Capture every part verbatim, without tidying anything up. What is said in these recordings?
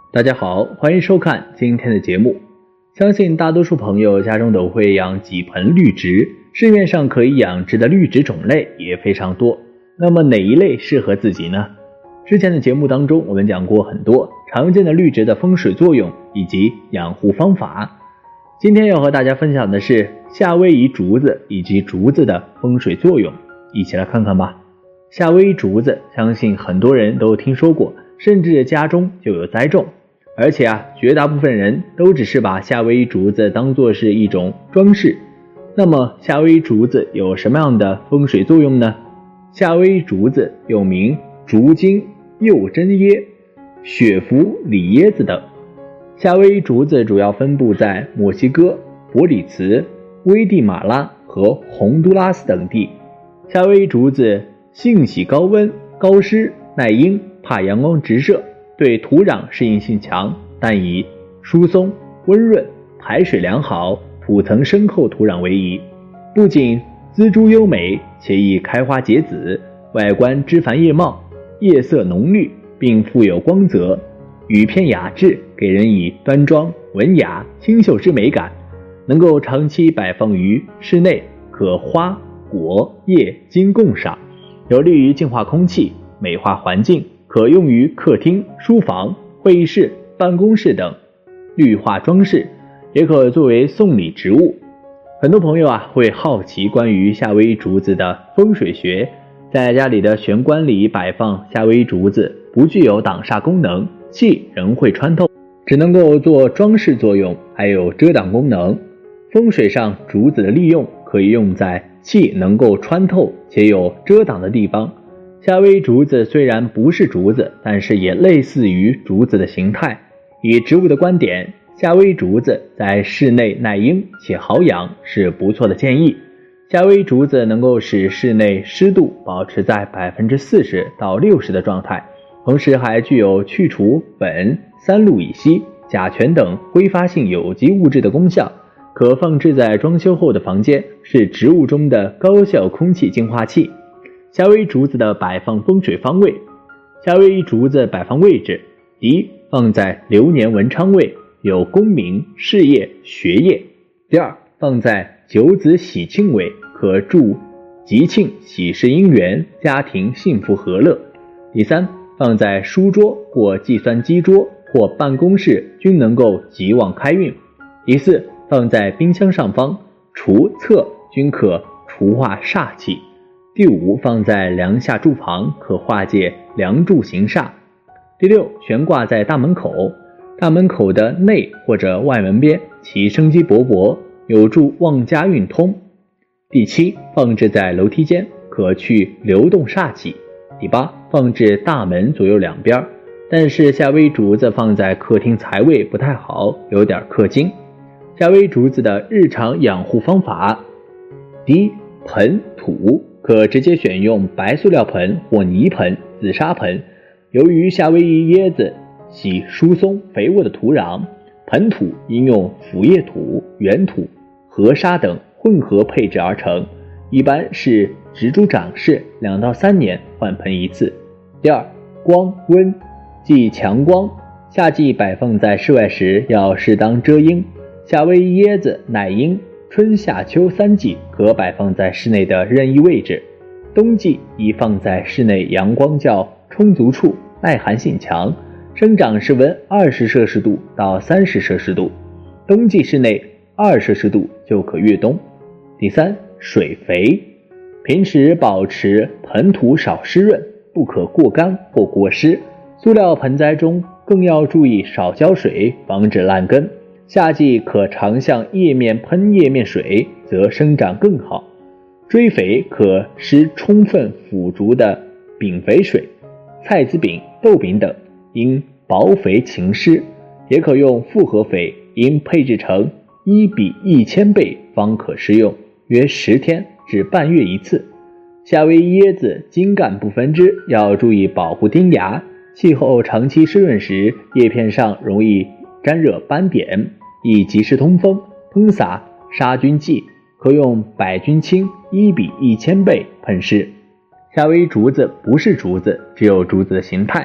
大家好，欢迎收看今天的节目。相信大多数朋友家中都会养几盆绿植，市面上可以养殖的绿植种类也非常多。那么哪一类适合自己呢？之前的节目当中我们讲过很多常见的绿植的风水作用以及养护方法。今天要和大家分享的是夏威夷竹子以及竹子的风水作用，一起来看看吧。夏威夷竹子相信很多人都听说过，甚至家中就有栽种，而且啊，绝大部分人都只是把夏威夷竹子当作是一种装饰。那么夏威夷竹子有什么样的风水作用呢？夏威夷竹子又名竹精、柚针椰、雪芙里椰子等。夏威夷竹子主要分布在墨西哥、伯里茨、危地马拉和洪都拉斯等地。夏威夷竹子性喜高温、高湿、耐阴，怕阳光直射，对土壤适应性强，但以疏松、温润、排水良好、土层深厚土壤为宜。不仅滋株优美，且易开花结籽，外观枝繁叶茂，叶色浓绿，并富有光泽，语片雅致，给人以端庄、文雅、清秀之美感。能够长期摆放于室内，可花、果、叶均共赏，有利于净化空气，美化环境，可用于客厅、书房、会议室、办公室等绿化装饰，也可作为送礼植物。很多朋友啊会好奇关于夏威夷竹子的风水学，在家里的玄关里摆放夏威夷竹子不具有挡煞功能，气仍会穿透，只能够做装饰作用，还有遮挡功能。风水上竹子的利用可以用在气能够穿透且有遮挡的地方。夏威夷竹子虽然不是竹子，但是也类似于竹子的形态。以植物的观点，夏威夷竹子在室内耐阴且好养，是不错的建议。夏威夷竹子能够使室内湿度保持在 百分之四十到六十 的状态，同时还具有去除苯、三氯乙烯、甲醛等挥发性有机物质的功效，可放置在装修后的房间，是植物中的高效空气净化器。夏威夷竹子的摆放风水方位，夏威夷竹子摆放位置：第一，放在流年文昌位，有功名、事业、学业；第二，放在九子喜庆位，可助吉庆、喜事姻缘、家庭幸福和乐；第三，放在书桌或计算机桌或办公室，均能够吉旺开运；第四，放在冰箱上方、厨侧，均可除化煞气；第五，放在梁下柱旁，可化解梁柱行煞；第六，悬挂在大门口，大门口的内或者外门边，其生机勃勃，有助旺家运通；第七，放置在楼梯间，可去流动煞气；第八，放置大门左右两边，但是夏威夷竹子放在客厅财位不太好，有点克金。夏威夷竹子的日常养护方法：第一，盆土可直接选用白塑料盆或泥盆、紫砂盆。由于夏威夷椰子喜疏松肥沃的土壤，盆土应用腐叶土、原土、河沙等混合配置而成，一般是植株长势两到三年换盆一次。第二，光温，忌强光，夏季摆放在室外时要适当遮阴。夏威夷椰子耐阴，春夏秋三季可摆放在室内的任意位置，冬季宜放在室内阳光较充足处，耐寒性强，生长室温二十摄氏度到三十摄氏度，冬季室内二摄氏度就可越冬。第三，水肥，平时保持盆土少湿润，不可过干或过湿，塑料盆栽中更要注意少浇水，防止烂根。夏季可常向叶面喷叶面水，则生长更好。追肥可施充分腐竹的饼肥水，菜籽饼、豆饼等应薄肥勤施，也可用复合肥，应配置成一比一千倍方可施用，约十天至半月一次。夏威夷椰子茎干不分枝，要注意保护丁芽，气候长期湿润时，叶片上容易沾热斑点，宜及时通风，喷洒杀菌剂，可用百菌清一比一千倍喷施。夏威夷竹子不是竹子，只有竹子的形态。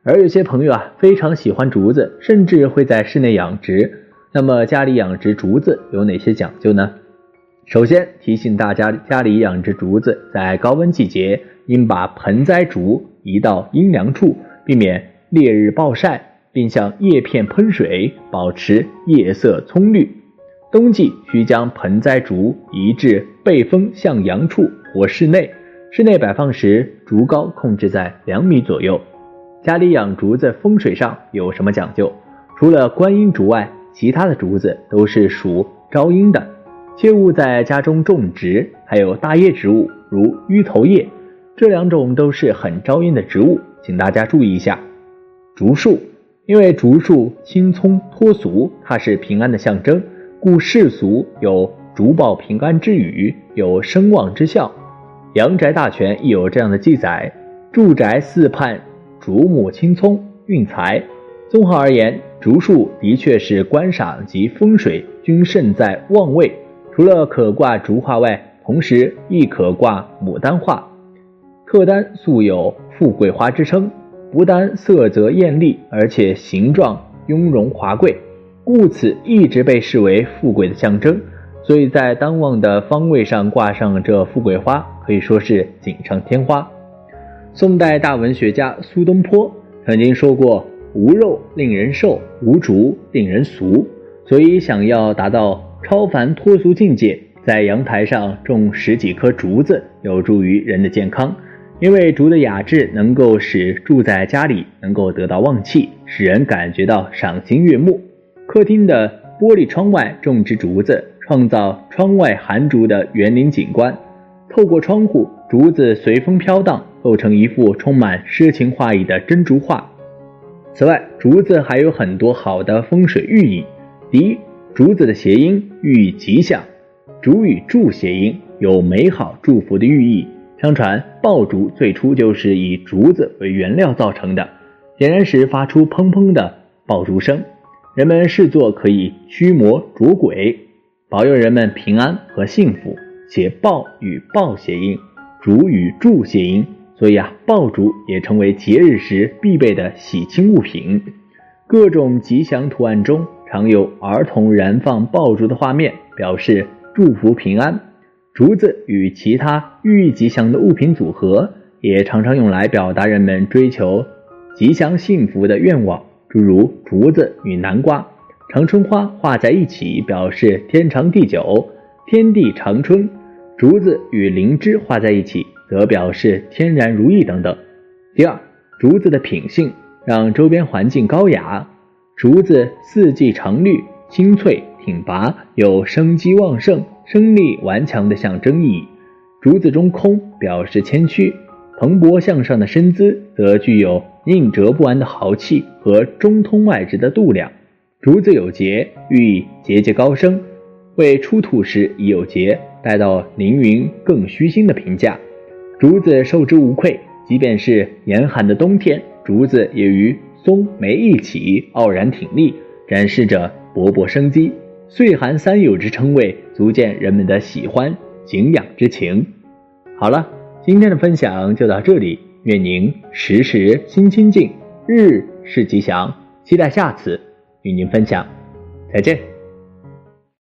而有些朋友啊，非常喜欢竹子，甚至会在室内养殖。那么家里养殖竹子有哪些讲究呢？首先提醒大家，家里养殖竹子在高温季节应把盆栽竹移到阴凉处，避免烈日暴晒，并向叶片喷水，保持叶色葱绿。冬季需将盆栽竹移至背风向阳处或室内，室内摆放时竹高控制在两米左右。家里养竹子风水上有什么讲究？除了观音竹外，其他的竹子都是属招阴的，切勿在家中种植。还有大叶植物如芋头叶，这两种都是很招阴的植物，请大家注意一下。竹树，因为竹树青葱脱俗，它是平安的象征，故世俗有竹报平安之语，有声望之效。阳宅大全亦有这样的记载，住宅四畔竹木青葱，运财。综合而言，竹树的确是观赏及风水均胜在旺位。除了可挂竹画外，同时亦可挂牡丹画。客丹素有富贵花之称，不但色泽艳丽，而且形状雍容华贵，故此一直被视为富贵的象征。所以在当旺的方位上挂上这富贵花，可以说是锦上添花。宋代大文学家苏东坡曾经说过，无肉令人瘦，无竹令人俗。所以想要达到超凡脱俗境界，在阳台上种十几棵竹子有助于人的健康。因为竹的雅致能够使住在家里能够得到旺气，使人感觉到赏心悦目。客厅的玻璃窗外种植竹子，创造窗外含竹的园林景观。透过窗户，竹子随风飘荡，构成一幅充满诗情画意的真竹画。此外，竹子还有很多好的风水寓意。第一，竹子的谐音寓意吉祥，竹与祝谐音，有美好祝福的寓意。相传爆竹最初就是以竹子为原料造成的，点燃时发出砰砰的爆竹声，人们视作可以驱魔捉鬼，保佑人们平安和幸福。且爆与爆谐音，竹与祝谐音，所以啊，爆竹也成为节日时必备的喜庆物品。各种吉祥图案中常有儿童燃放爆竹的画面，表示祝福平安。竹子与其他寓意吉祥的物品组合，也常常用来表达人们追求吉祥幸福的愿望，诸如竹子与南瓜、长春花画在一起，表示天长地久，天地长春；竹子与灵芝画在一起，则表示天然如意等等。第二，竹子的品性让周边环境高雅。竹子四季常绿，清脆挺拔，有生机旺盛、生力顽强的象征意义。竹子中空表示谦虚，蓬勃向上的身姿则具有宁折不安的豪气和中通外直的度量。竹子有节，寓意节节高升，为出土时已有节，带到凌云更虚心的评价。竹子受之无愧，即便是严寒的冬天，竹子也与松梅一起傲然挺立，展示着勃勃生机。岁寒三友之称谓，足见人们的喜欢敬仰之情。好了，今天的分享就到这里，愿您时时心清静，日日是吉祥，期待下次与您分享，再见。